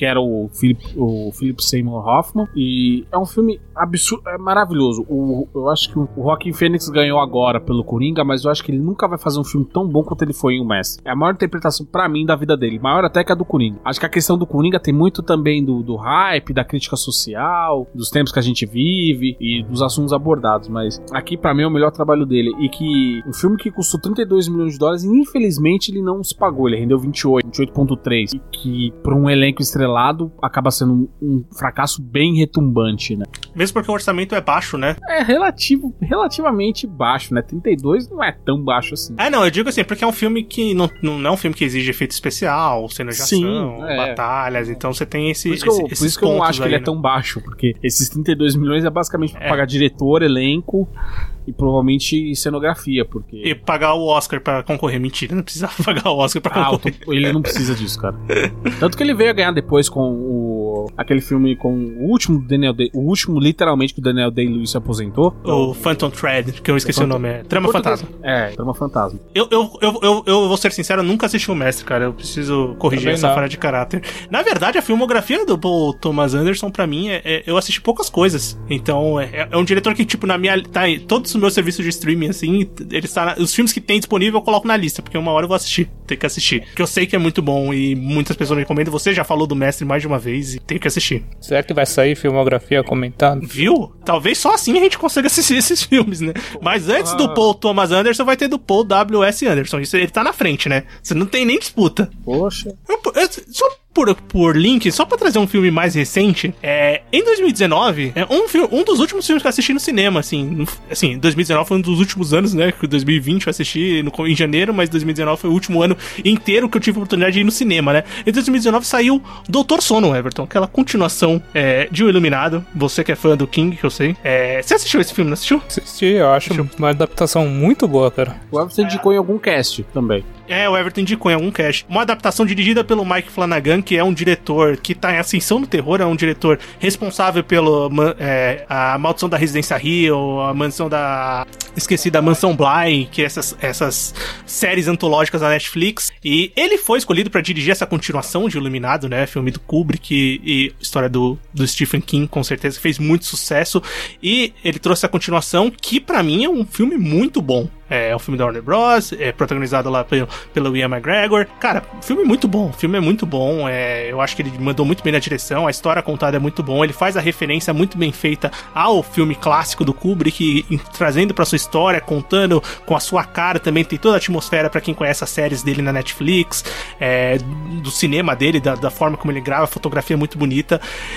que era o Philip, o Philip Seymour Hoffman. E é um filme absurdo, é maravilhoso. O, eu acho que o Joaquin Phoenix ganhou agora pelo Coringa, mas eu acho que ele nunca vai fazer um filme tão bom quanto ele foi em O Mestre. É a maior interpretação pra mim da vida dele, maior até que a do Coringa. Acho que a questão do Coringa tem muito também do, do hype, da crítica social, dos tempos que a gente vive e dos assuntos abordados, mas aqui pra mim é o melhor trabalho dele. E que um filme que custou trinta e dois milhões de dólares e infelizmente ele não se pagou, ele rendeu vinte e oito, vinte e oito vírgula três, e que pra um elenco estrelado acaba sendo um, um fracasso bem retumbante, né?
Mesmo porque o orçamento é baixo, né?
É relativo, relativamente baixo, né? trinta e dois não é tão baixo assim.
É, não, eu digo assim, porque é um filme que não, não é um filme que exige efeito especial, cenas de
Sim,
ação,
é.
batalhas, então você tem esse,
por isso que eu,
esse,
por isso que eu não acho que
aí,
ele é
né?
tão baixo, porque esses trinta e dois milhões é basicamente pra
É.
pagar diretor, elenco e provavelmente cenografia, porque...
E pagar o Oscar pra concorrer. Mentira, não precisava pagar o Oscar pra
Ah,
concorrer.
tô- ele não precisa disso, cara. Tanto que ele veio a ganhar depois com o... aquele filme com o último Daniel Day, o último literalmente que o Daniel Day-Lewis se aposentou.
O Phantom Thread, que eu esqueci o,
Phantom-
nome, é Trama
Português-
Fantasma.
É, Trama Fantasma.
Eu, eu, eu, eu, eu vou ser sincero, eu nunca assisti o Mestre, cara. Eu preciso corrigir
Também
essa
não.
falha de caráter. Na verdade, a filmografia do Paul Thomas Anderson, pra mim, é, é- eu assisti poucas coisas. Então, é, é um diretor que, tipo, na minha. Tá em todos os meus serviços de streaming, assim, ele está na- os filmes que tem disponível eu coloco na lista, porque uma hora eu vou assistir. Tem que assistir. Porque eu sei que é muito bom e muitas pessoas me recomendam. Você já falou do Mestre mais de uma vez e tem que assistir.
Será que vai sair filmografia comentada?
Viu? Talvez só assim a gente consiga assistir esses filmes, né? Mas antes do Paul Thomas Anderson, vai ter do Paul W S Anderson. Isso ele tá na frente, né? Você não tem nem disputa.
Poxa.
Eu- eu- Só por, por link, só pra trazer um filme mais recente, é, em dois mil e dezenove, é um, filme, um dos últimos filmes que eu assisti no cinema, assim, no- assim, dois mil e dezenove foi um dos últimos anos, né, que dois mil e vinte eu assisti no, em janeiro, mas dois mil e dezenove foi o último ano inteiro que eu tive a oportunidade de ir no cinema, né. Em dois mil e dezenove saiu Doutor Sono, Everton, aquela continuação é, de O Iluminado, você que é fã do King, que eu sei. É, você assistiu esse filme, não assistiu?
Assisti, eu acho uma adaptação muito boa, cara.
O Everton indicou em algum cast também.
É, o Everton indicou em algum cast. Uma adaptação dirigida pelo Mike Flanagan, que é um diretor que tá em ascensão no terror, é um diretor responsável pelo é, a Maldição da Residência Hill, a Mansão da... Esqueci, da Mansão Bly, que é essas, essas séries antológicas da Netflix. E ele foi escolhido pra dirigir essa continuação de Iluminado, né? Filme do Kubrick e, e história do, do Stephen King, com certeza, fez muito sucesso. E ele trouxe a continuação, que pra mim é um filme muito bom. É um filme da Warner Bros, é protagonizado lá pelo, pelo Ian McGregor. Cara, o filme é muito bom, o filme é muito bom. É, eu acho que ele mandou muito bem na direção, a história contada é muito bom. Ele faz a referência muito bem feita ao filme clássico do Kubrick, e, e, trazendo pra sua história, contando com a sua cara também. Tem toda a atmosfera pra quem conhece as séries dele na Netflix, é, do cinema dele, da, da forma como ele grava, a fotografia é muito bonita.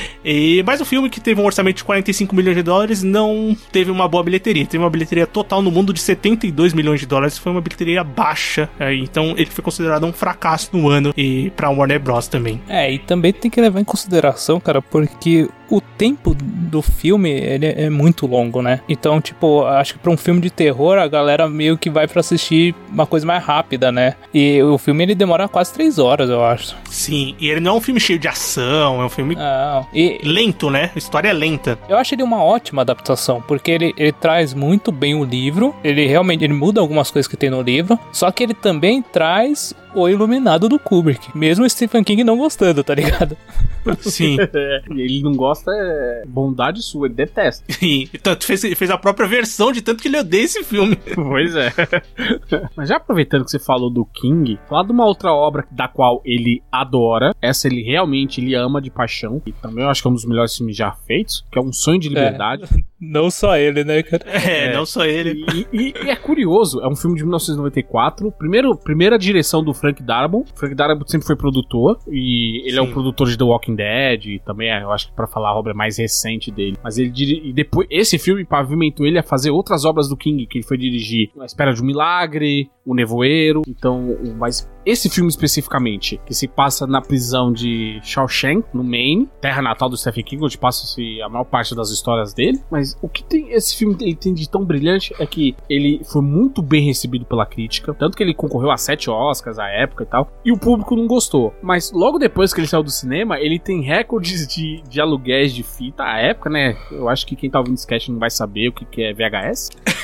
E, mas o filme, que teve um orçamento de quarenta e cinco milhões de dólares, não teve uma boa bilheteria. Teve uma bilheteria total no mundo de setenta e dois milhões de dólares, foi uma bilheteria baixa, é, então ele foi considerado um fracasso no ano, e pra Warner Bros também.
É, e também tem que levar em consideração, cara, porque o tempo do filme, ele é muito longo, né? Então, tipo, acho que pra um filme de terror, a galera meio que vai pra assistir uma coisa mais rápida, né? E o filme, ele demora quase três horas, eu acho.
Sim, e ele não é um filme cheio de ação, é um filme
Não, e
lento, né? A história é lenta.
eu acho ele uma ótima adaptação, porque ele, ele traz muito bem o livro, ele realmente ele muda algumas coisas que tem no livro, só que ele também traz o Iluminado do Kubrick, mesmo o Stephen King não gostando, tá ligado?
Sim.
É, ele não gosta, é bondade sua, ele detesta.
E tanto fez, fez a própria versão de tanto que ele odeia esse filme.
Pois é. Mas já aproveitando que você falou do King, falar de uma outra obra da qual ele adora, essa ele realmente ele ama de paixão, e também eu acho que é um dos melhores filmes já feitos, que é Um Sonho de Liberdade.
Não só ele, né, cara?
É,
É.
não só ele.
E, e- e é curioso, é um filme de mil novecentos e noventa e quatro, primeiro, primeira direção do Frank Darabont. Frank Darabont sempre foi produtor, e ele
Sim.
é o produtor de The Walking Dead, e também é, eu acho que pra falar a obra mais recente dele. Mas ele diri- e depois, esse filme pavimentou ele a fazer outras obras do King, que ele foi dirigir A Espera de um Milagre, O Nevoeiro. Então, o- mas esse filme especificamente, que se passa na prisão de Shawshank, no Maine, terra natal do Stephen King, onde passa-se a maior parte das histórias dele. Mas o que tem esse filme ele tem de tão brilhante é que ele foi muito bem recebido pela crítica, tanto que ele concorreu a sete Oscars à época e tal, e o público não gostou. Mas logo depois que ele saiu do cinema, ele tem recordes de, de aluguéis de fita à época, né? Eu acho que quem tá ouvindo esse cast não vai saber o que, que é V H S.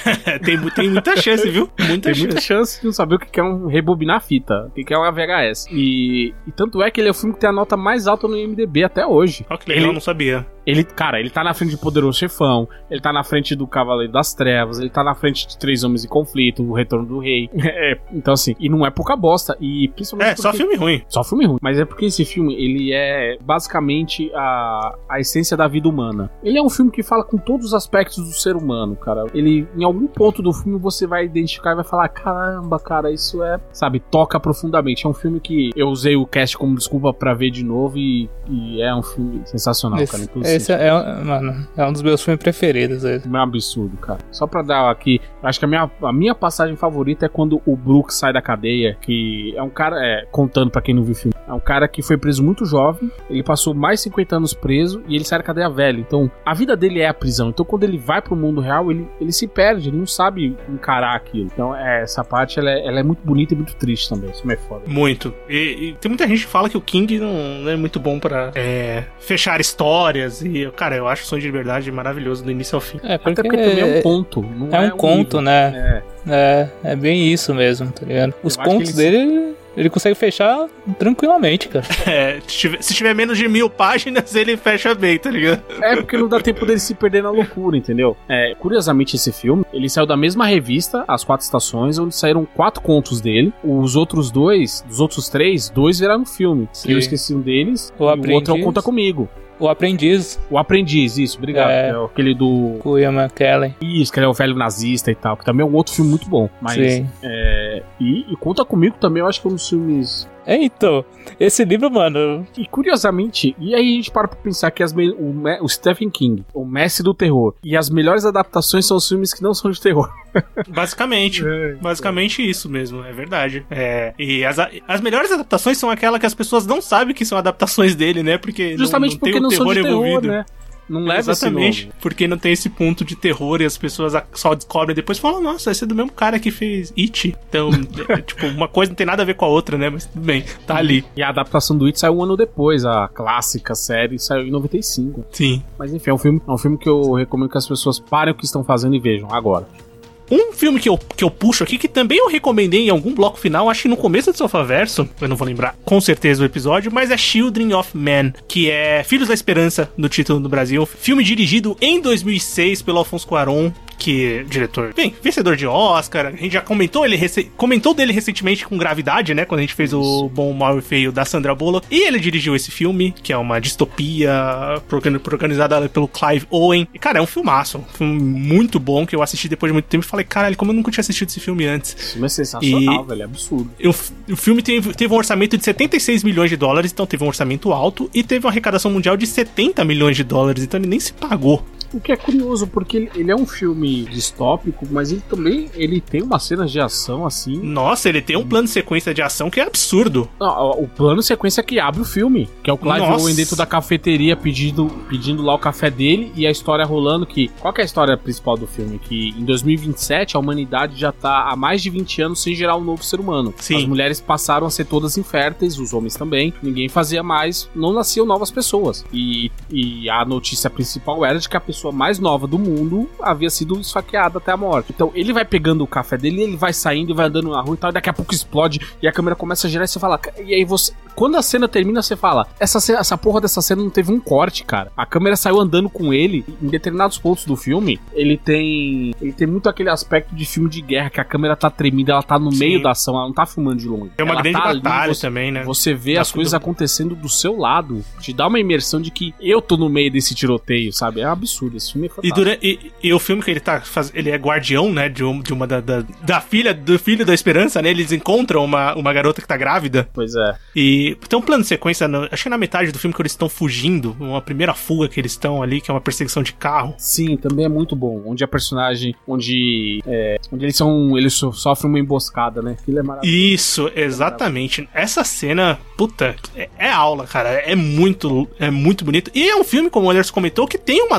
tem, tem muita chance, viu? Muita
Tem
chance.
muita chance de não saber o que é um rebobinar fita, o que é uma V H S. E, e tanto é que ele é o filme que tem a nota mais alta no I M D B até hoje.
Olha que legal,
Ele-
eu não sabia.
Ele, cara, ele tá na frente de Poderoso Chefão, ele tá na frente do Cavaleiro das Trevas, ele tá na frente de Três Homens em Conflito, O Retorno do Rei. É, então assim, e não é pouca bosta. E principalmente
É, só
porque-
filme ruim.
Só filme ruim. Mas é porque esse filme, ele é basicamente a, a essência da vida humana. Ele é um filme que fala com todos os aspectos do ser humano, cara. Ele, em algum ponto do filme, você vai identificar e vai falar, caramba, cara, isso é... Sabe, toca profundamente. É um filme que eu usei o cast como desculpa pra ver de novo e, e é um filme sensacional, cara.
Esse,
Inclusive.
esse é, mano, é um dos meus filmes preferidos. Esse.
É um absurdo, cara. Só pra dar aqui, acho que a minha, a minha passagem favorita é quando o Brooks sai da cadeia, que é um cara, é, contando pra quem não viu o filme, é um cara que foi preso muito jovem, ele passou mais de cinquenta anos preso e ele sai da cadeia velho. Então, a vida dele é a prisão. Então, quando ele vai pro mundo real, ele, ele se perde, ele não sabe encarar aquilo. Então, é, essa parte, ela é, ela é muito bonita e muito triste também. Isso me é foda.
Muito. E, e tem muita gente que fala que o King não, não é muito bom pra é, fechar histórias. E, cara, eu acho o Sonho de Liberdade maravilhoso do início ao fim.
É, porque,
Até porque também é um conto. Não
é um
é
conto,
livro.
né?
É.
É, é bem isso mesmo, tá ligado? Os
acho que
contos
ele-
dele, ele consegue fechar tranquilamente, cara.
É, se tiver, se tiver menos de mil páginas, ele fecha bem, tá ligado?
É porque não dá tempo dele se perder na loucura, entendeu? É, curiosamente, esse filme, ele saiu da mesma revista, As Quatro Estações, onde saíram quatro contos dele. Os outros dois, dos outros três, dois viraram filme.
Sim.
Eu esqueci um deles.
O
e o outro é o
Aprendiz.
Conta Comigo.
O Aprendiz,
O Aprendiz, isso, obrigado.
É.
É aquele do...
com o Ian McKellen.
Isso, que ele é o velho nazista e tal, que também é um outro filme muito bom. Mas,
Sim.
é... E, e Conta Comigo também, eu acho que é um dos filmes...
É, então, esse livro, mano,
E curiosamente, e aí a gente para pra pensar que as me- o, me- o Stephen King, o mestre do terror, e as melhores adaptações são os filmes que não são de terror.
Basicamente. Basicamente isso mesmo, é verdade. É, e as, as melhores adaptações são aquelas que as pessoas não sabem que são adaptações dele, né? Porque
Justamente
não, não
porque
tem o
não são
terror
de terror,
envolvido.
né? Não leva
Exatamente,
esse nome.
porque não tem esse ponto de terror e as pessoas a- só descobrem depois e falam, nossa, esse é do mesmo cara que fez It. Então, é, tipo, uma coisa não tem nada a ver com a outra, né? Mas tudo bem, tá ali.
E a adaptação do It saiu um ano depois, a clássica série saiu em noventa e cinco.
Sim.
Mas enfim, é um filme, é um filme que eu recomendo que as pessoas parem o que estão fazendo e vejam agora.
Um filme que eu, que eu puxo aqui, que também eu recomendei em algum bloco final, acho que no começo do Sofaverso, eu não vou lembrar com certeza o episódio, mas é Children of Men, que é Filhos da Esperança, no título no Brasil. Filme dirigido em dois mil e seis pelo Alfonso Cuarón, que é diretor, bem, vencedor de Oscar. A gente já comentou ele rece- comentou dele recentemente com Gravidade, né, quando a gente fez o Bom, o Mal e o Feio da Sandra Bullock. E ele dirigiu esse filme, que é uma distopia progan- organizada pelo Clive Owen. E, cara, é um filmaço, um filme muito bom, que eu assisti depois de muito tempo e falei, caralho, como eu nunca tinha assistido esse filme antes.
Esse filme é sensacional,
E-
velho, é absurdo.
O, f- o filme teve, teve um orçamento de setenta e seis milhões de dólares, então teve um orçamento alto, e teve uma arrecadação mundial de setenta milhões de dólares, então ele nem se pagou.
O que é curioso, porque ele, ele é um filme distópico, mas ele também ele tem umas cenas de ação assim.
Nossa, ele tem um plano de sequência de ação que é absurdo.
Não, o plano sequência que abre o filme, que é o Clive
Nossa.
Owen dentro da cafeteria pedindo, pedindo lá o café dele e a história rolando que... Qual que é a história principal do filme? Que em dois mil e vinte e sete a humanidade já tá há mais de vinte anos sem gerar um novo ser humano.
Sim.
As mulheres passaram a ser todas inférteis, os homens também, ninguém fazia mais, não nasciam novas pessoas. E, e a notícia principal era de que a pessoa mais nova do mundo havia sido esfaqueada até a morte. Então ele vai pegando o café dele, ele vai saindo e vai andando na rua e tal, e daqui a pouco explode e a câmera começa a girar e você fala... E aí você... Quando a cena termina, você fala, essa, ce- essa porra dessa cena não teve um corte, cara. A câmera saiu andando com ele. Em determinados pontos do filme, ele tem ele tem muito aquele aspecto de filme de guerra, que a câmera tá tremida, ela tá no
Sim.
meio da ação, ela não tá filmando de longe.
É uma
Ela
grande
tá ali,
batalha
você,
também, né?
você vê
Tá
as coisas
tudo-
acontecendo do seu lado. Te dá uma imersão de que eu tô no meio desse tiroteio, sabe? É um absurdo, esse filme é
E,
fantástico.
durante, e, e o filme que ele tá faz, ele é guardião, né, de, um, de uma da, da, da filha do filho da Esperança, né? Eles encontram uma, uma garota que tá grávida.
Pois é.
E tem um plano de sequência, no, acho que na metade do filme que eles estão fugindo, uma primeira fuga que eles estão ali, que é uma perseguição de carro.
Sim, também é muito bom. Onde a personagem, onde, é, onde eles são, eles so- sofrem uma emboscada, né? Aquilo é maravilhoso.
Isso, exatamente. Essa cena, puta, é, é aula, cara. É muito, é muito bonito. E é um filme, como o Anderson comentou, que tem uma dose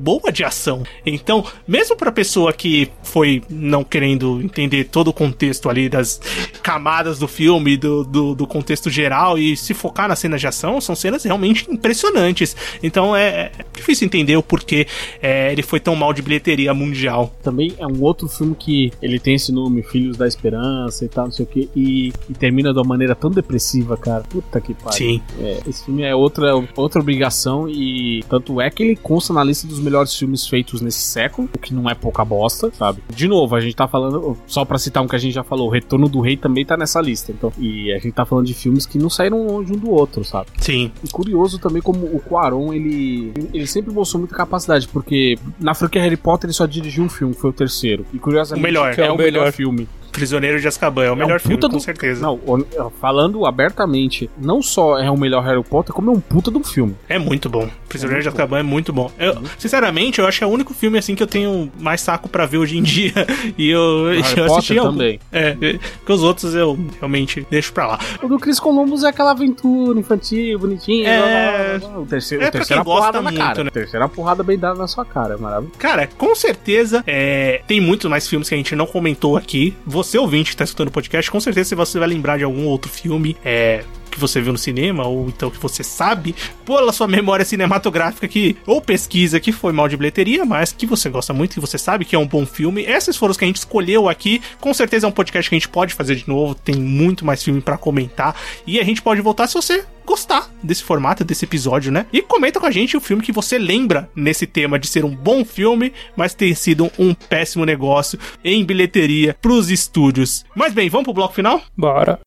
boa de ação. Então, mesmo pra pessoa que foi não querendo entender todo o contexto ali das camadas do filme, do, do, do contexto geral, e se focar nas cenas de ação, são cenas realmente impressionantes. Então é, é difícil entender o porquê é, ele foi tão mal de bilheteria mundial.
Também é um outro filme que ele tem esse nome, Filhos da Esperança e tal, não sei o que, e, e termina de uma maneira tão depressiva, cara. Puta que pariu.
Sim.
É, esse filme é outra, outra obrigação, e tanto é que ele consta na lista dos melhores filmes feitos nesse século, o que não é pouca bosta, sabe? De novo, a gente tá falando, só pra citar um que a gente já falou, o Retorno do Rei também tá nessa lista, então, e a gente tá falando de filmes que não saíram longe um do outro, sabe?
Sim.
E curioso também como o Cuarón, ele, ele sempre mostrou muita capacidade, porque na franquia Harry Potter ele só dirigiu um filme, foi o terceiro, e curiosamente
o melhor,
é,
é
o melhor, melhor filme.
Prisioneiro de Azkaban é o melhor
é um
filme,
do...
com certeza.
Não, falando abertamente, não só é o melhor Harry Potter, como é um puta do filme.
É muito bom. Prisioneiro é de Azkaban é muito bom. Eu, sinceramente, eu acho que é o único filme assim que eu tenho mais saco pra ver hoje em dia. E eu,
Harry
eu assisti
Potter
algum.
também.
É, porque os outros eu realmente deixo pra lá.
O do Chris Columbus é aquela aventura infantil, bonitinha.
É...
Blá, blá, blá. O terceiro,
é
o terceiro
pra quem gosta muito,
cara.
né?
O terceiro é uma porrada bem dada na sua cara, é maravilhoso.
Cara, com certeza é, tem muito mais filmes que a gente não comentou aqui. Você, ouvinte, que tá escutando o podcast, com certeza você vai lembrar de algum outro filme é, que você viu no cinema, ou então que você sabe pela sua memória cinematográfica que, ou pesquisa que foi mal de bilheteria, mas que você gosta muito, que você sabe que é um bom filme. Esses foram os que a gente escolheu aqui. Com certeza é um podcast que a gente pode fazer de novo, tem muito mais filme pra comentar, e a gente pode voltar se você gostar desse formato, desse episódio, né? E comenta com a gente o filme que você lembra nesse tema de ser um bom filme, mas ter sido um péssimo negócio em bilheteria pros estúdios. Mas bem, vamos pro bloco final?
Bora.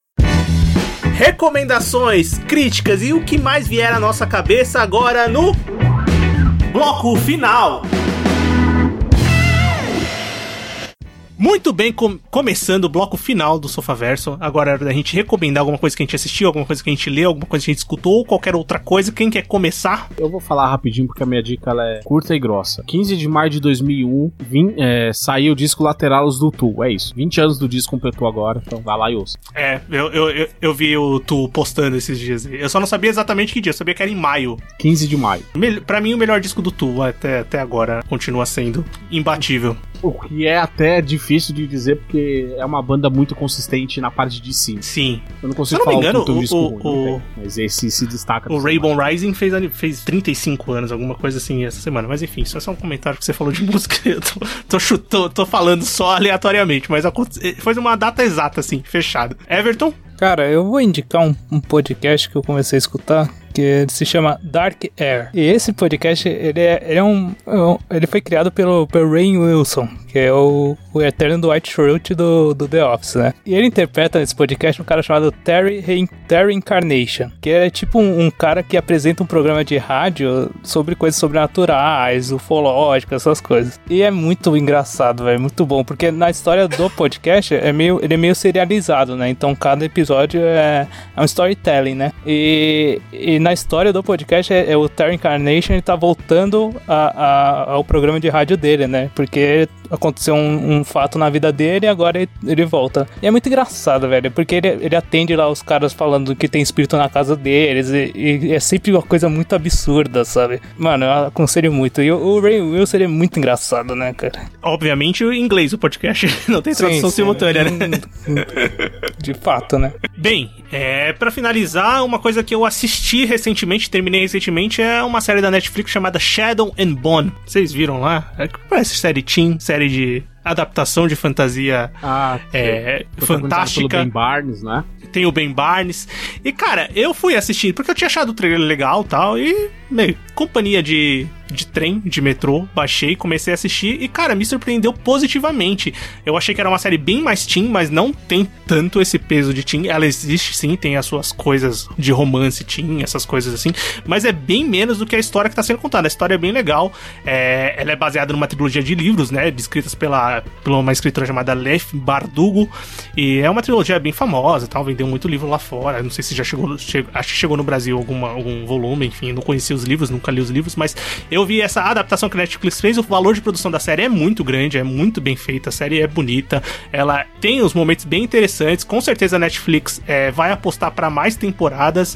Recomendações, críticas e o que mais vier à nossa cabeça agora no bloco final. Muito bem, com- começando o bloco final do Sofaverso. Agora é hora da gente recomendar alguma coisa que a gente assistiu, alguma coisa que a gente leu, alguma coisa que a gente escutou, ou qualquer outra coisa. Quem quer começar?
Eu vou falar rapidinho porque a minha dica ela é curta e grossa. quinze de maio de dois mil e um, vim, é, saiu o disco Lateralos do Tu. É isso. vinte anos do disco completou agora, então vai lá e ouça.
É, eu, eu, eu, eu vi o Tu postando esses dias. Eu só não sabia exatamente que dia, eu sabia que era em maio.
quinze de maio.
Mel- pra mim, o melhor disco do Tu até, até agora continua sendo imbatível.
O que é até difícil de dizer porque é uma banda muito consistente na parte de cima.
Sim.
Eu não consigo
Se eu não me
falar
engano,
o puto
o-
disco
o-
ruim,
o-
não tem, mas esse se destaca.
O Rainbow Rising fez, ani- fez trinta e cinco anos, alguma coisa assim, essa semana. Mas enfim, isso é só um comentário que você falou de música. Eu tô, tô, chutando, tô falando só aleatoriamente, mas aconte- foi uma data exata, assim, fechado. Everton?
Cara, eu vou indicar um, um podcast que eu comecei a escutar, que ele se chama Dark Air. E esse podcast, ele é, ele é um, é um- ele foi criado pelo, pelo Rainn Wilson, que é o, o eterno Dwight Schrute do, do The Office, né? E ele interpreta nesse podcast um cara chamado Terry, Rein- Terry Incarnation, que é tipo um, um cara que apresenta um programa de rádio sobre coisas sobrenaturais, ufológicas, essas coisas. E é muito engraçado, velho, muito bom, porque na história do podcast, é meio, ele é meio serializado, né? Então cada episódio é, é um storytelling, né? E, e na história do podcast, é, é o Terry Incarnation, ele tá voltando a, a, ao programa de rádio dele, né? Porque aconteceu um, um fato na vida dele e agora ele, ele volta. E é muito engraçado, velho, porque ele, ele atende lá os caras falando que tem espírito na casa deles e, e é sempre uma coisa muito absurda, sabe? Mano, eu aconselho muito. E o, o Ray Wilson é muito engraçado, né, cara?
Obviamente, em inglês o podcast não tem tradução
Sim, sim.
simultânea, né?
De fato, né?
Bem, é, pra finalizar, uma coisa que eu assisti recentemente, terminei recentemente, é uma série da Netflix chamada Shadow and Bone. Vocês viram lá? É, parece série teen, série de adaptação de fantasia
Ah,
é,
protagonizado
fantástica.
pelo Ben Barnes, né?
Tem o Ben Barnes. E, cara, eu fui assistir porque eu tinha achado o trailer legal e tal. E, meio, companhia de, de trem, de metrô, baixei, comecei a assistir. E, cara, me surpreendeu positivamente. Eu achei que era uma série bem mais teen, mas não tem tanto esse peso de teen. Ela existe sim, tem as suas coisas de romance teen, essas coisas assim. Mas é bem menos do que a história que tá sendo contada. A história é bem legal. É, ela é baseada numa trilogia de livros, né? Escritas pela, pela uma escritora chamada Leif Bardugo. E é uma trilogia bem famosa e tal. Vendeu muito livro lá fora. Não sei se já chegou. Chegou acho que chegou no Brasil alguma, algum volume, enfim. Não conheci os livros, nunca li os livros, mas eu eu vi essa adaptação que a Netflix fez, o valor de produção da série é muito grande, é muito bem feita, a série é bonita, ela tem uns momentos bem interessantes, com certeza a Netflix é, vai apostar pra mais temporadas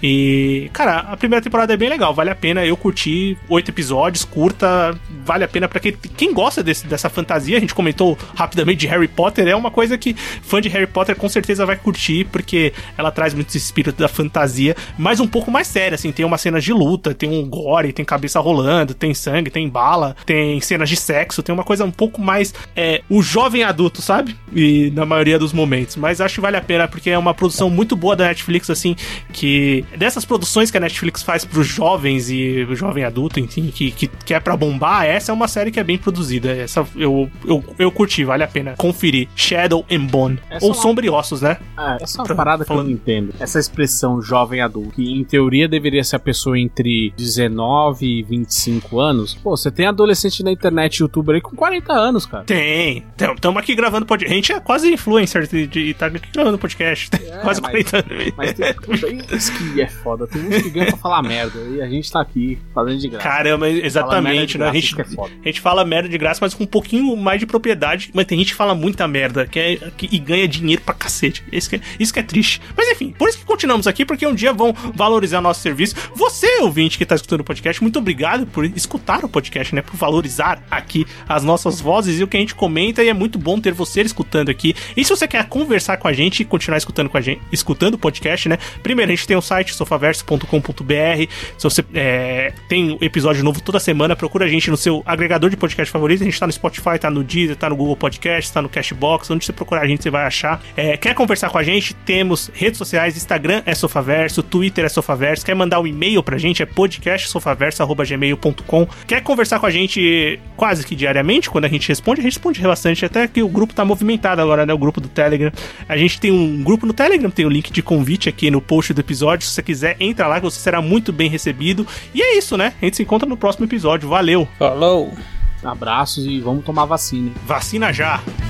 e, cara, a primeira temporada é bem legal, vale a pena, eu curti, oito episódios, curta, vale a pena pra quem, quem gosta desse, dessa fantasia, a gente comentou rapidamente de Harry Potter, é uma coisa que fã de Harry Potter com certeza vai curtir, porque ela traz muito esse espírito da fantasia, mas um pouco mais séria, assim, tem umas cenas de luta, tem um gore, tem cabeça rolando, tem sangue, tem bala, tem cenas de sexo, tem uma coisa um pouco mais, é, o jovem adulto, sabe? E na maioria dos momentos, mas acho que vale a pena, porque é uma produção muito boa da Netflix, assim, que dessas produções que a Netflix faz pros jovens e o jovem adulto, enfim, que, que, que é pra bombar, essa é uma série que é bem produzida, essa eu, eu, eu curti, vale a pena conferir. Shadow and Bone, essa ou é uma... Sombriossos, né?
É, essa é uma pra... parada que eu não entendo, essa expressão jovem adulto, que em teoria deveria ser a pessoa entre dezenove e vinte e cinco anos, pô, você tem adolescente na internet, youtuber aí com quarenta anos, cara.
Tem, estamos aqui gravando podcast, a gente é quase influencer de, de estar aqui gravando podcast, é, quase
mas,
quarenta anos.
Mas tem isso que é foda, tem uns que ganham pra falar merda, e a gente tá aqui fazendo de graça.
Caramba, exatamente, né?
Graça,
a, gente,
é
a gente fala merda de graça, mas com um pouquinho mais de propriedade, mas tem gente que fala muita merda, que é, que, e ganha dinheiro pra cacete, isso que, é, isso que é triste. Mas enfim, por isso que continuamos aqui, porque um dia vão valorizar nosso serviço. Você, ouvinte que tá escutando o podcast, muito obrigado por escutar o podcast, né? Por valorizar aqui as nossas vozes e o que a gente comenta, e é muito bom ter você escutando aqui. E se você quer conversar com a gente e continuar escutando com a gente, escutando o podcast, né? Primeiro, a gente tem o site sofaverso ponto com ponto b r. Se você é, tem episódio novo toda semana, procura a gente no seu agregador de podcast favorito. A gente tá no Spotify, tá no Deezer, tá no Google Podcast, tá no Cashbox. Onde você procurar a gente, você vai achar. É, quer conversar com a gente? Temos redes sociais, Instagram é Sofaverso, Twitter é Sofaverso. Quer mandar um e-mail pra gente? É podcast sofaverso arroba gmail ponto com. Quer conversar com a gente quase que diariamente? Quando a gente responde, a gente responde bastante. Até que o grupo tá movimentado agora, né? O grupo do Telegram. A gente tem um grupo no Telegram, tem o link de convite aqui no post do episódio. Se você quiser, entra lá que você será muito bem recebido. E é isso, né? A gente se encontra no próximo episódio. Valeu!
Falou!
Abraços e vamos tomar vacina.
Vacina já!